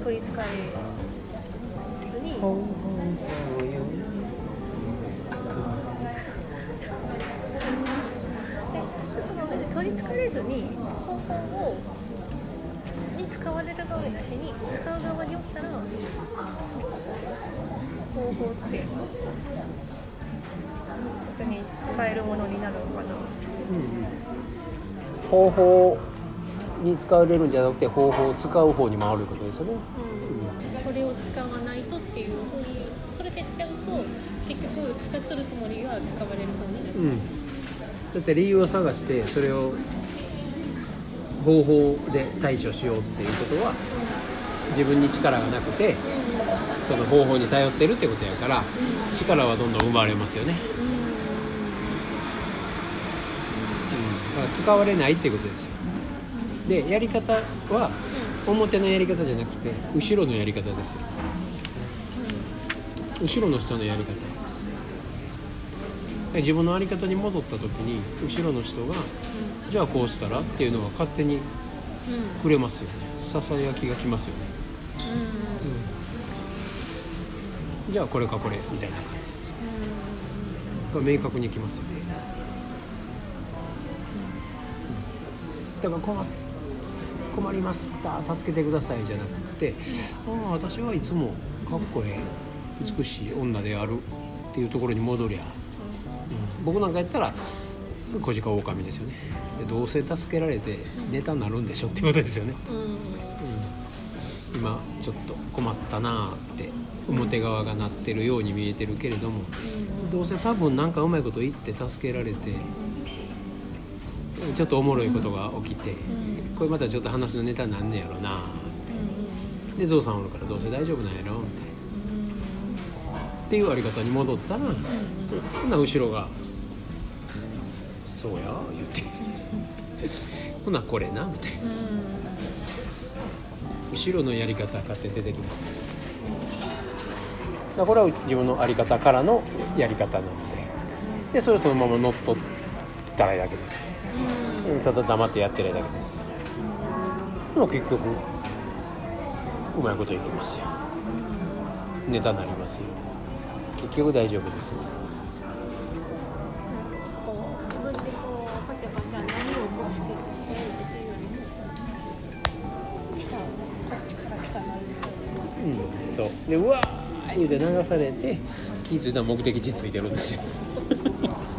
取りつかれずにその別に取りつかれずに方法に使われる側なしに使う側に起きたら方法って本当に使えるものになるのかな、 方法に使われるんじゃなくて方法を使う方に回ることですよね、 これを使わないとっていうふうにそれでやっちゃうと結局使っとるつもりが使われる方になっちゃう、 だって理由を探してそれを方法で対処しようっていうことは自分に力がなくてその方法に頼ってるってことやから力はどんどん生まれますよね、だから使われないってことですよ。でやり方は表のやり方じゃなくて後ろのやり方ですよ、後ろの人のやり方、自分の在り方に戻った時に後ろの人が、じゃあこうしたらっていうのは勝手にくれますよね、ささやきがきますよね、じゃあこれかこれみたいな感じですよ、が明確にきますよね、だから困りました助けてくださいじゃなくて、私はいつもかっこええ美しい女であるっていうところに戻りゃ、僕なんかやったら小鹿狼ですよね。でどうせ助けられてネタになるんでしょっていうことですよね、今ちょっと困ったなって表側がなってるように見えてるけれども、どうせ多分なんかうまいこと言って助けられてちょっとおもろいことが起きて、これまたちょっと話のネタになんねやろなって、でゾウさんおるからどうせ大丈夫なんやろみたいなっていうあり方に戻ったら、ほな後ろがそうや言ってほなこれなみたいな、後ろのやり方かって出てきますよ。だからこれは自分のあり方からのやり方なので、それをそのまま乗っ取ったらいいだけですよ、ただ黙ってやってるだけです。でも結局うまいこといきますよ、ネタになりますよ、結局大丈夫ですよってことですよ。 自分でこうパチャパチャ何を欲しくて別によりも来たこっちから来たなそうでうわー言うて流されて気づいたら目的地ついてるんですよ